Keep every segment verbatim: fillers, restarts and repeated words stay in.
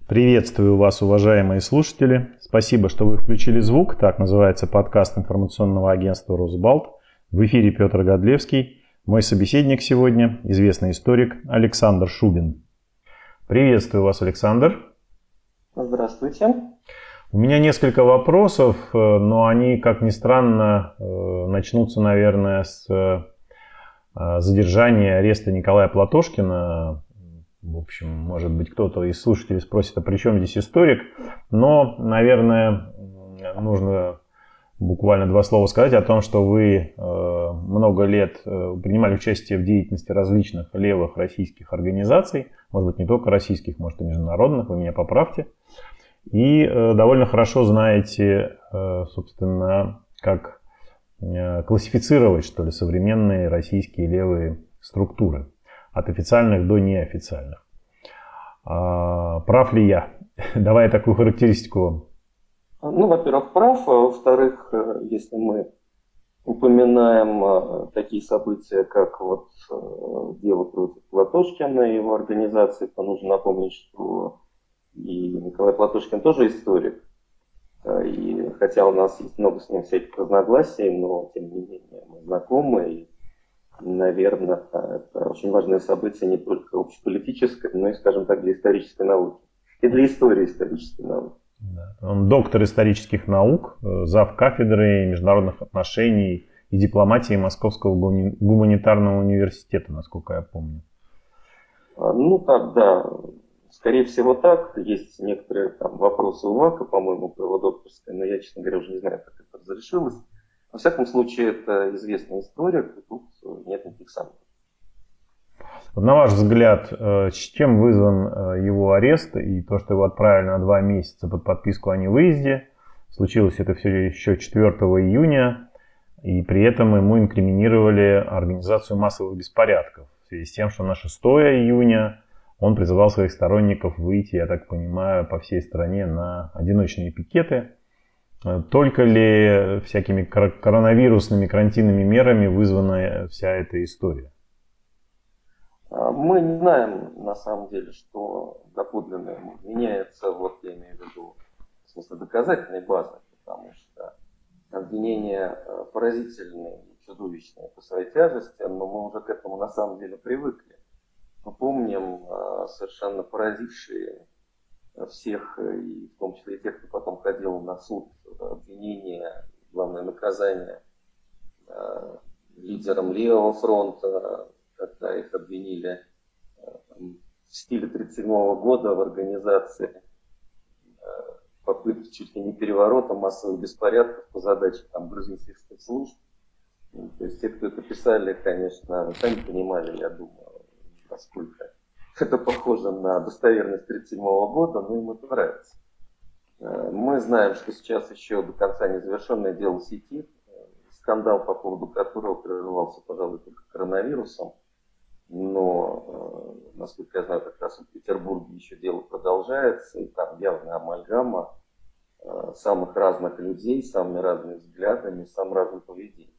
Приветствую вас, уважаемые слушатели. Спасибо, что вы включили звук. Так называется подкаст информационного агентства «Росбалт». В эфире Петр Годлевский. Мой собеседник сегодня – известный историк Александр Шубин. Приветствую вас, Александр. Здравствуйте. У меня несколько вопросов, но они, как ни странно, начнутся, наверное, с задержания, ареста Николая Платошкина. В общем, может быть, кто-то из слушателей спросит, а при чем здесь историк? Но, наверное, нужно буквально два слова сказать о том, что вы много лет принимали участие в деятельности различных левых российских организаций, может быть, не только российских, может, и международных, вы меня поправьте. И довольно хорошо знаете, собственно, как классифицировать, что ли, современные российские левые структуры. От официальных до неофициальных. А, прав ли я? Давай такую характеристику. Ну, во-первых, прав. А во-вторых, если мы упоминаем такие события, как вот дело против Платошкина и его организации, то нужно напомнить, что и Николай Платошкин тоже историк. И хотя у нас есть много с ним всяких разногласий, но тем не менее мы знакомы. И, наверное, это очень важное событие не только общеполитическое, но и, скажем так, для исторической науки. И для истории исторической науки. Да. Он доктор исторических наук, зав. Кафедры международных отношений и дипломатии Московского гуманитарного университета, насколько я помню. Ну так, да. Скорее всего так. Есть некоторые там вопросы у ВАКа, по-моему, по его докторской, но я, честно говоря, уже не знаю, как это разрешилось. Во всяком случае, это известный историк, и тут нет никаких сомнений. На ваш взгляд, с чем вызван его арест и то, что его отправили на два месяца под подписку о невыезде? Случилось это все еще четвёртого июня, и при этом ему инкриминировали организацию массовых беспорядков. В связи с тем, что на шестого июня он призывал своих сторонников выйти, я так понимаю, по всей стране на одиночные пикеты. Только ли всякими коронавирусными карантинными мерами вызвана вся эта история? Мы не знаем, на самом деле, что доподлинно меняется, вот я имею в виду, в смысле доказательной базы, потому что обвинения поразительные и чудовищные по своей тяжести, но мы уже к этому на самом деле привыкли. Мы помним совершенно поразившие всех, и в том числе и тех, кто потом ходил на суд, обвинения, главное наказание э, лидерам Левого фронта, когда их обвинили э, в стиле тридцать седьмого года в организации э, попытки чуть ли не переворота, массовых беспорядков по задаче там, грузинских спецслужб. Ну, то есть те, кто это писали, конечно, сами понимали, я думаю, насколько это похоже на достоверность тридцать седьмого года, но им это нравится. Мы знаем, что сейчас еще до конца незавершенное дело сети, скандал, по поводу которого прерывался, пожалуй, только коронавирусом. Но, насколько я знаю, как раз в Петербурге еще дело продолжается, и там явная амальгама самых разных людей, с самыми разными взглядами, с самым разным поведением.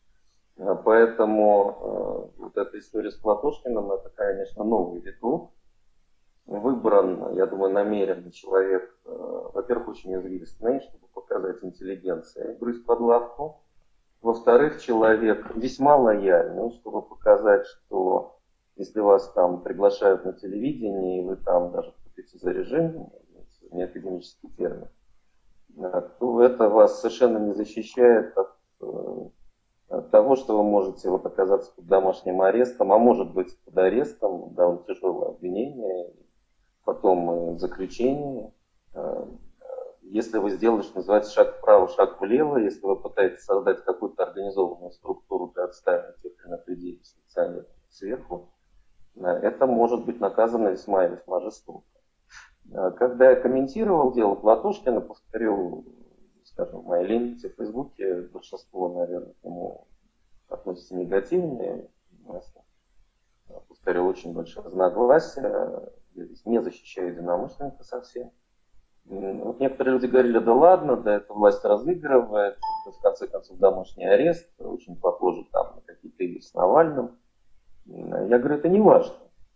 Поэтому вот эта история с Платошкиным, это, конечно, новый виток. Выбран, я думаю, намеренный человек, во-первых, очень известный, чтобы показать интеллигенции, грызть под лавку. Во-вторых, человек весьма лояльный, чтобы показать, что если вас там приглашают на телевидении, и вы там даже хотите за режим, не академический термин, то это вас совершенно не защищает от от того, что вы можете вот оказаться под домашним арестом, а может быть под арестом, довольно тяжелое обвинение, потом заключение. Если вы сделаете, что называется, шаг вправо, шаг влево, если вы пытаетесь создать какую-то организованную структуру для отстаивания тех или иных людей сверху, это может быть наказано весьма и весьма жестоко. Когда я комментировал дело Платошкина, повторю, скажем, в моей ленте в Фейсбуке, большинство, наверное, к нему относится негативно. Повторю, очень большое разногласие. Я здесь не защищаю единомышленника совсем. Вот некоторые люди говорили, да ладно, да это власть разыгрывает, в конце концов домашний арест, очень похоже там на какие-то игры с Навальным. Я говорю, это не важно.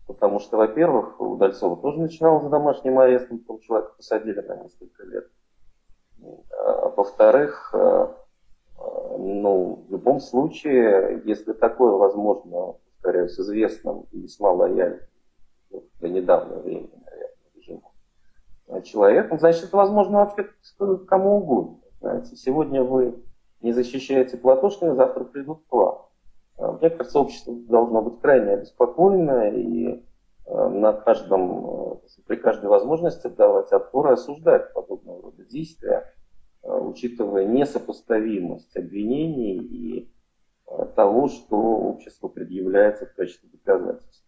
Потому что, во-первых, Удальцова тоже начиналось с домашним арестом, потом человека посадили на несколько лет. А, во-вторых, ну, в любом случае, если такое возможно, повторяю, с известным и весьма лояльным до недавнего времени, наверное, режиму человеком, значит, это возможно вообще кому угодно. Знаете, сегодня вы не защищаете Платошкина, завтра придут к вам. Мне кажется, общество должно быть крайне обеспокоено и на каждом, при каждой возможности давать отпор и осуждать подобного рода действия, учитывая несопоставимость обвинений и того, что обществу предъявляется в качестве доказательства.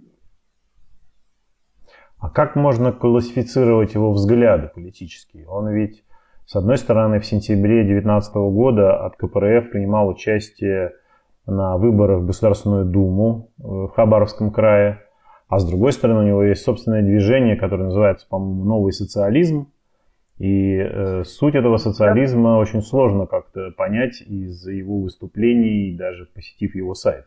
А как можно классифицировать его взгляды политические? Он ведь, с одной стороны, в сентябре две тысячи девятнадцатого года от ка пэ эр эф принимал участие на выборах в Государственную Думу в Хабаровском крае, а с другой стороны, у него есть собственное движение, которое называется, по-моему, «Новый социализм». И э, суть этого социализма очень сложно как-то понять из его выступлений, даже посетив его сайт.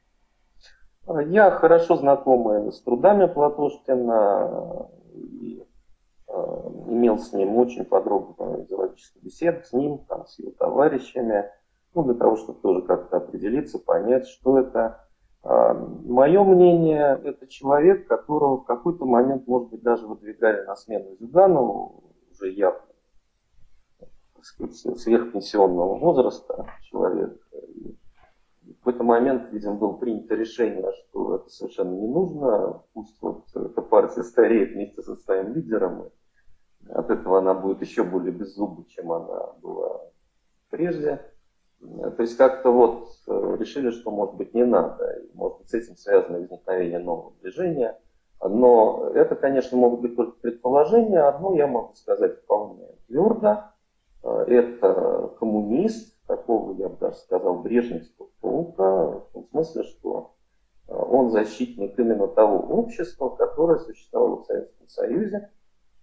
Я хорошо знаком с трудами Платошкина и э, имел с ним очень подробную идеологическую беседу, с ним, там, с его товарищами, ну, для того, чтобы тоже как-то определиться, понять, что это. Э, мое мнение, это человек, которого в какой-то момент, может быть, даже выдвигали на смену Зюганову, уже явно, так сказать, сверхпенсионного возраста человек. В какой-то момент, видимо, было принято решение, что это совершенно не нужно. Пусть вот эта партия стареет вместе со своим лидером. И от этого она будет еще более беззубой, чем она была прежде. То есть как-то вот решили, что, может быть, не надо. И, может быть, с этим связано возникновение нового движения. Но это, конечно, могут быть только предположения. Одно я могу сказать вполне твердо. Это коммунист, такого, я бы даже сказал, брежневского толка, в том смысле, что он защитник именно того общества, которое существовало в Советском Союзе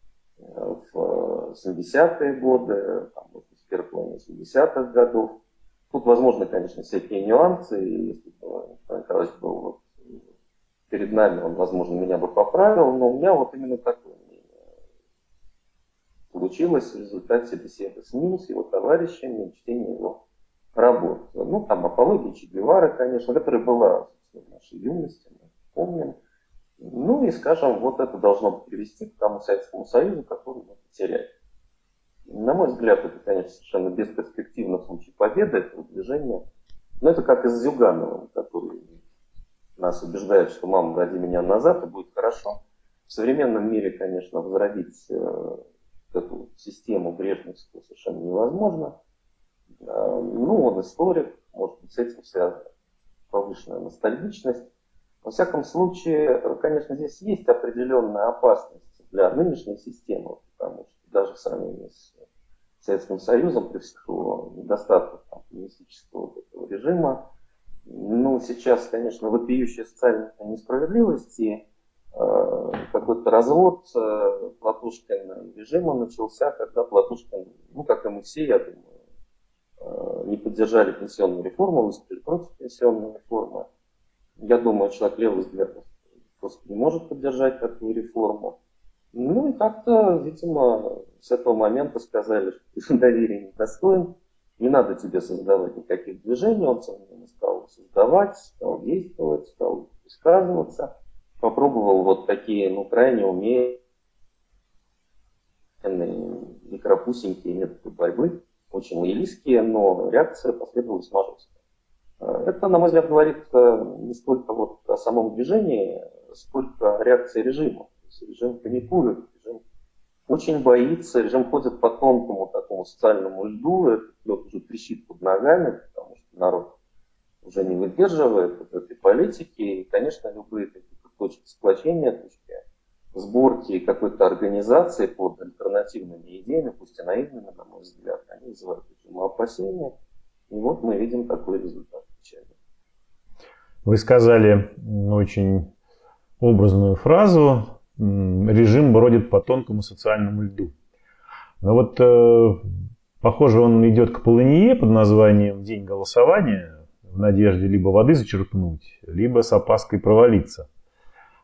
в семидесятые годы, там, может быть, в первой половине семидесятых годов. Тут возможны, конечно, всякие нюансы, и если бы Николай Николаевич был вот перед нами, он, возможно, меня бы поправил, но у меня вот именно такое мнение получилось в результате беседы с ним, с его товарищами, чтения его работ. Ну, там апология Че Гевары, конечно, которая была в нашей юности, мы помним. Ну и, скажем, вот это должно привести к тому Советскому Союзу, который мы потеряли. На мой взгляд, это, конечно, совершенно бесперспективный случай победы этого движения. Но это как и с Зюгановым, который нас убеждает, что мама, роди меня назад, и будет хорошо. В современном мире, конечно, возродить э, эту систему брежневскую совершенно невозможно. Э, ну, он историк, может быть, с этим связана повышенная ностальгичность. Во всяком случае, конечно, здесь есть определенная опасность для нынешней системы, потому что даже в сравнении с Советским Союзом, при всех его недостатках там, коммунистического вот этого режима, ну, сейчас, конечно, вопиющая социальная несправедливость и э, какой-то развод э, Платошкина режима начался, когда Платошкин, ну, как и мы все, я думаю, э, не поддержали пенсионную реформу, выступили против пенсионной реформы. Я думаю, человек левых взглядов просто не может поддержать такую реформу. Ну и как-то, видимо, с этого момента сказали, что ты доверия не достоин, не надо тебе создавать никаких движений. Он тем не менее стал создавать, стал действовать, стал высказываться. Попробовал вот такие, ну, крайне умеренные, микропусенькие методы борьбы, очень лоялистские, но реакция последовала весьма жесткая. Это, на мой взгляд, говорит не столько вот о самом движении, сколько о реакции режима. То есть режим паникует, режим очень боится, режим ходит по тонкому такому социальному льду, этот лед уже трещит под ногами, потому что народ уже не выдерживает вот этой политики. И, конечно, любые какие-то точки сплочения, точки сборки какой-то организации под альтернативными идеями, пусть и наивными, на мой взгляд, они вызывают режиму опасения. И вот мы видим такой результат. Вы сказали очень образную фразу: режим бродит по тонкому социальному льду. Но вот, э, похоже, он идет к полынье под названием «День голосования», в надежде либо воды зачерпнуть, либо с опаской провалиться.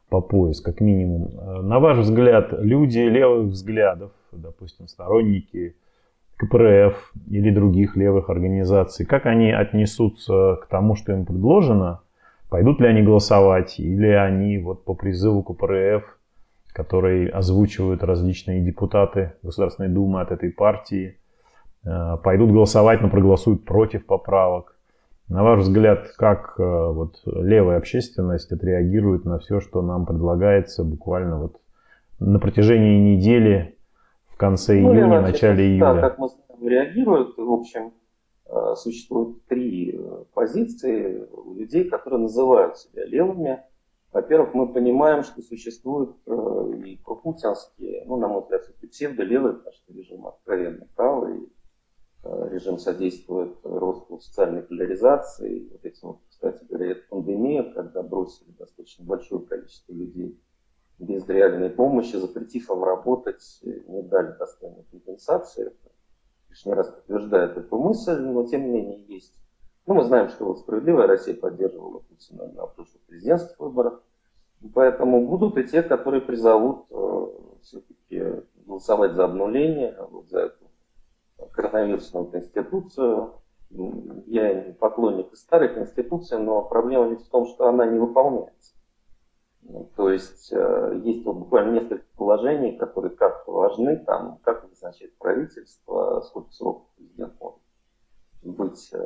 по пояс, как минимум. На ваш взгляд, люди левых взглядов, допустим, сторонники ка пэ эр эф или других левых организаций, как они отнесутся к тому, что им предложено? Пойдут ли они голосовать, или они вот по призыву ка пэ эр эф, который озвучивают различные депутаты Государственной Думы от этой партии, пойдут голосовать, но проголосуют против поправок? На ваш взгляд, как вот левая общественность отреагирует на все, что нам предлагается буквально вот на протяжении недели в конце ну, июня, начале июля? Да, как мы знаем, реагируют. В общем, существует три позиции у людей, которые называют себя левыми. Во-первых, мы понимаем, что существуют и пропутинские, ну, на мой взгляд, псевдолевые, потому что режим откровенно правый, режим содействует росту социальной поляризации. Вот этим, вот, кстати говоря, это пандемия, когда бросили достаточно большое количество людей без реальной помощи, запретив им работать, не дали достойной компенсации. Это лишний раз подтверждает эту мысль, но тем не менее есть. Ну, мы знаем, что вот «Справедливая Россия» поддерживала Путина на прошлых президентских выборах. Поэтому будут и те, которые призовут э, все-таки голосовать за обнуление, вот за эту коронавирусную конституцию. Я не поклонник старой конституции, но проблема ведь в том, что она не выполняется. То есть э, есть вот буквально несколько положений, которые как важны, там, как назначает правительство, сколько сроков президент может быть э,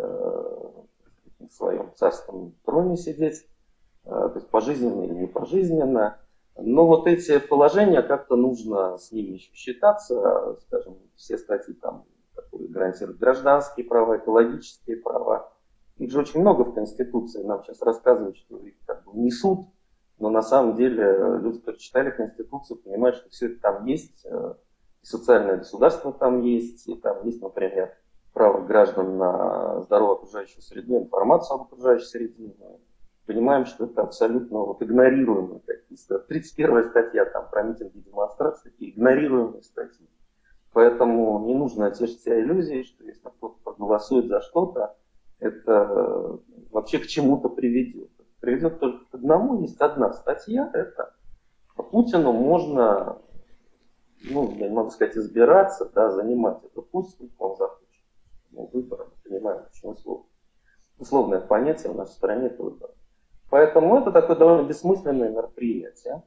в своем царственном троне сидеть, э, то есть пожизненно или не пожизненно. Но вот эти положения, как-то нужно с ними еще считаться, скажем, все статьи там, которые гарантируют гражданские права, экологические права. Их же очень много в Конституции, нам сейчас рассказывают, что их как бы несут. Но на самом деле люди, которые читали Конституцию, понимают, что все это там есть, и социальное государство там есть, и там есть, например, право граждан на здоровую окружающую среду, информацию об окружающей среде. Мы понимаем, что это абсолютно вот игнорируемые какие-то. тридцать первая статья там, про митинги и демонстрации, такие игнорируемые статьи. Поэтому не нужно тешить себя иллюзией, что если кто-то проголосует за что-то, это вообще к чему-то приведет. Приведет только к одному. Есть одна статья, это по Путину можно, ну, я не могу сказать, избираться, да, занимать это пусть, сколько он захочет. Ну, выборы, мы понимаем, очень условно. Условное понятие в нашей стране это выборы. Поэтому это такое довольно бессмысленное мероприятие.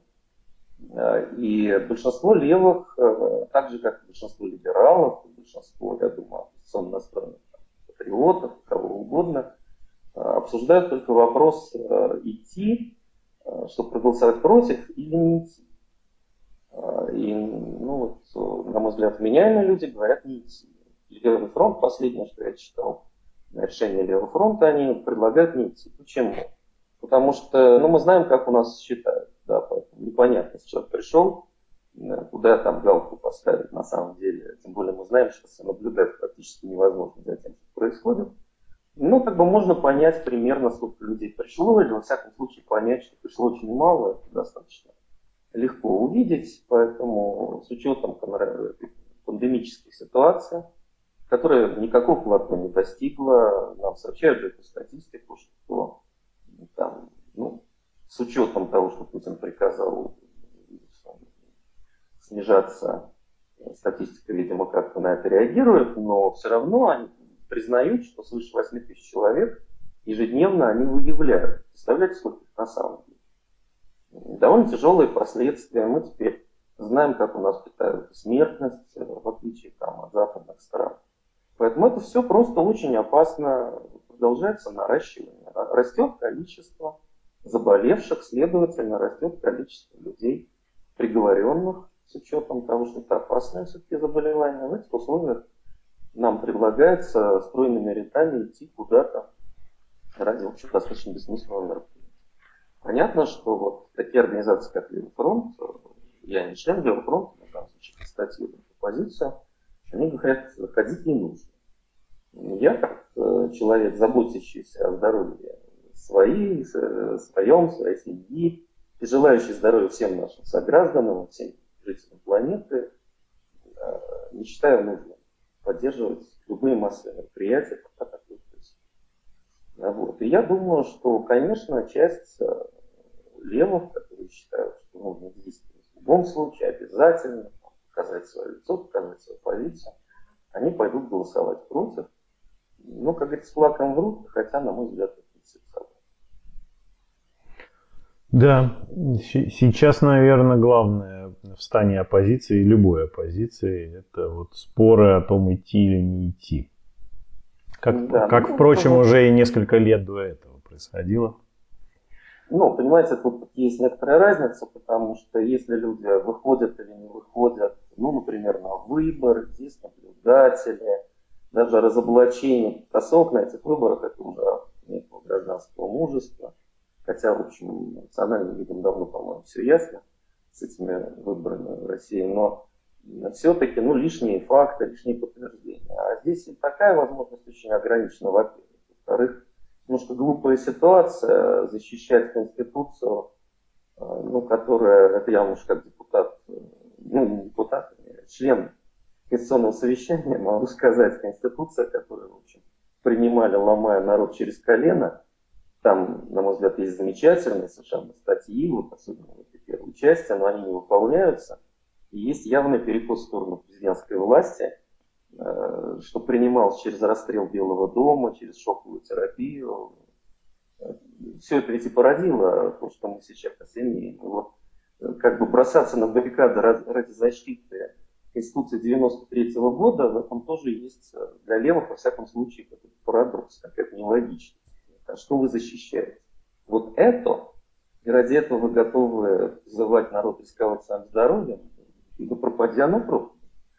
И большинство левых, так же как и большинство либералов, большинство, я думаю, оппозиционно настроенных патриотов, кого угодно, обсуждают только вопрос, идти, чтобы проголосовать против или не идти. И, ну, вот, на мой взгляд, вменяемые люди говорят не идти. Левый фронт, последнее, что я читал, решение Левого фронта, они предлагают не идти. Почему? Потому что, ну, мы знаем, как у нас считают, да, поэтому непонятно, если человек пришел, куда там галку поставить на самом деле. Тем более мы знаем, что наблюдать практически невозможно за тем, что происходит. Ну, как бы можно понять примерно, сколько людей пришло, или во всяком случае понять, что пришло очень мало, это достаточно легко увидеть, поэтому с учетом пандемической ситуации, которая никакого плато не достигла, нам сообщают эту статистику, что там, ну, с учетом того, что Путин приказал снижаться, статистика, видимо, как-то на это реагирует, но все равно они признают, что свыше восемь тысяч человек ежедневно они выявляют. Представляете, сколько их на самом деле? Довольно тяжелые последствия. Мы теперь знаем, как у нас питают смертность, в отличие там, от западных стран. Поэтому это все просто очень опасно. Продолжается наращивание. Растет количество заболевших, следовательно, растет количество людей, приговоренных, с учетом того, что это опасное все-таки заболевание. В этих условиях нам предлагается стройными рядами идти куда-то ради, в общем, достаточно бессмысленного мероприятия. Понятно, что вот такие организации, как Левый фронт, я не член Левого фронта, но в данном случае констатирую эту позицию, они говорят, ходить не нужно. Я, как человек, заботящийся о здоровье своей, своем, своей семьи, и желающий здоровья всем нашим согражданам, всем жителям планеты, не считаю нужным поддерживать любые массовые мероприятия, пока такое происходит. Вот. И я думаю, что, конечно, часть левых, которые считают, что нужно действовать в любом случае, обязательно, показать свое лицо, показать свою позицию, они пойдут голосовать против. Ну, как говорится, с флаком в руки, хотя, на мой взгляд, это не всегда. Да, сейчас, наверное, главное в стане оппозиции, любой оппозиции, это вот споры о том, идти или не идти. Как, да, как ну, впрочем, ну, уже и несколько лет до этого происходило. Ну, понимаете, тут есть некоторая разница, потому что если люди выходят или не выходят, ну, например, на выборы, есть наблюдатели, даже разоблачение тасовок на этих выборах, это уже некого гражданского мужества. Хотя, в общем, национальным людям давно, по-моему, все ясно с этими выборами в России, но все-таки, ну, лишние факты, лишние подтверждения. А здесь такая возможность очень ограничена, во-первых. Во-вторых, немножко глупая ситуация защищать Конституцию, ну, которая, это я уж как депутат, ну, не депутат, а член Конституционного совещания, могу сказать, Конституция, которую, в общем, принимали, ломая народ через колено. Там, на мой взгляд, есть замечательные совершенно статьи, вот особенно в этой первой части, но они не выполняются. И есть явный перекос в сторону президентской власти, что принималось через расстрел Белого дома, через шоковую терапию. Все это ведь и породило то, что мы сейчас имеем. Вот, как бы бросаться на баррикады ради защиты Конституции девяносто третьего года, в этом тоже есть для левых, во всяком случае, какой-то парадокс, какая-то нелогичность. А что вы защищаете? Вот это, и ради этого вы готовы призывать народ рисковать своим здоровьем, да пропадя на пробу.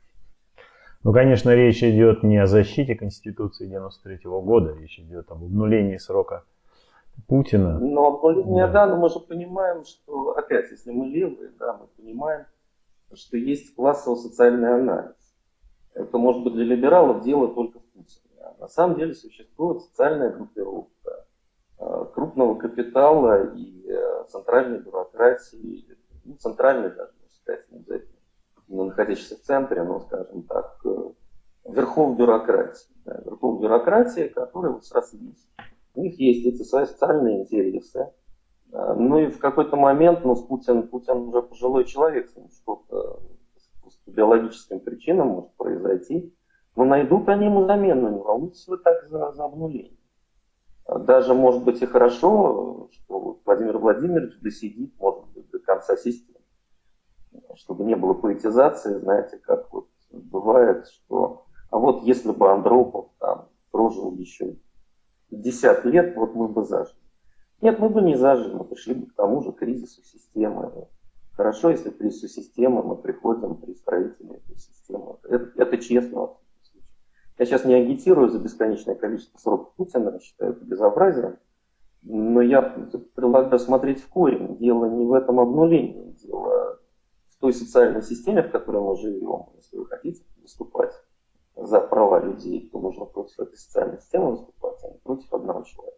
Ну, конечно, речь идет не о защите Конституции девяносто третьего года, речь идет об обнулении срока Путина. Но обнуление, да. да, но мы же понимаем, что, опять, если мы левые, да, мы понимаем, что есть классово-социальный анализ. Это может быть для либералов дело только в Путине. А на самом деле существует социальная группировка крупного капитала и центральной бюрократии, ну, центральной даже, можно сказать, не обязательно, не находящейся в центре, но, скажем так, верхов бюрократии. Да, верхов бюрократии, которые вот срослись. У них есть эти свои социальные интересы. Ну и в какой-то момент, ну, с Путин, Путин уже пожилой человек, с ним что-то по биологическим причинам может произойти. Но найдут они ему замену, не волнуйтесь вы так за, за обнуление. Даже, может быть, и хорошо, что Владимир Владимирович досидит, может быть, до конца системы. Чтобы не было политизации, знаете, как вот бывает, что... А вот если бы Андропов там прожил еще пятьдесят лет, вот мы бы зажили. Нет, мы бы не зажили, мы пришли бы к тому же кризису системы. Хорошо, если к кризису системы мы приходим при строителе этой системы. Это, это честно. Я сейчас не агитирую за бесконечное количество сроков Путина, я считаю это безобразием. Но я предлагаю смотреть в корень. Дело не в этом обнулении, дело в той социальной системе, в которой мы живем. Если вы хотите выступать за права людей, то нужно против этой социальной системы выступать, а не против одного человека.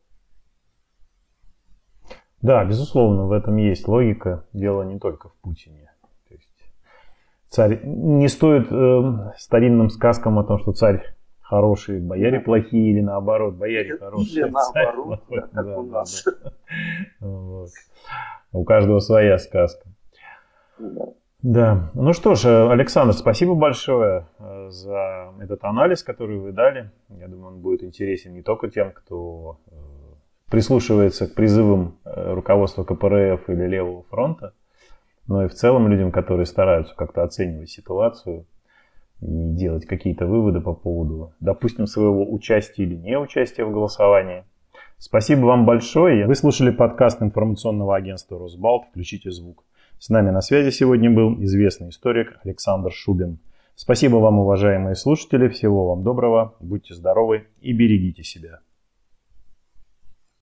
Да, безусловно, в этом есть логика. Дело не только в Путине. То есть царь не стоит э, старинным сказкам о том, что царь хороший, бояре плохие, или наоборот, бояре хорошие. Или наоборот, да, как да, у нас. Да, да. Вот. У каждого своя сказка. Да. Да. Ну что ж, Александр, спасибо большое за этот анализ, который вы дали. Я думаю, он будет интересен не только тем, кто прислушивается к призывам руководства ка пэ эр эф или Левого фронта, но и в целом людям, которые стараются как-то оценивать ситуацию и делать какие-то выводы по поводу, допустим, своего участия или неучастия в голосовании. Спасибо вам большое. Вы слушали подкаст информационного агентства «Росбалт». Включите звук. С нами на связи сегодня был известный историк Александр Шубин. Спасибо вам, уважаемые слушатели. Всего вам доброго. Будьте здоровы и берегите себя.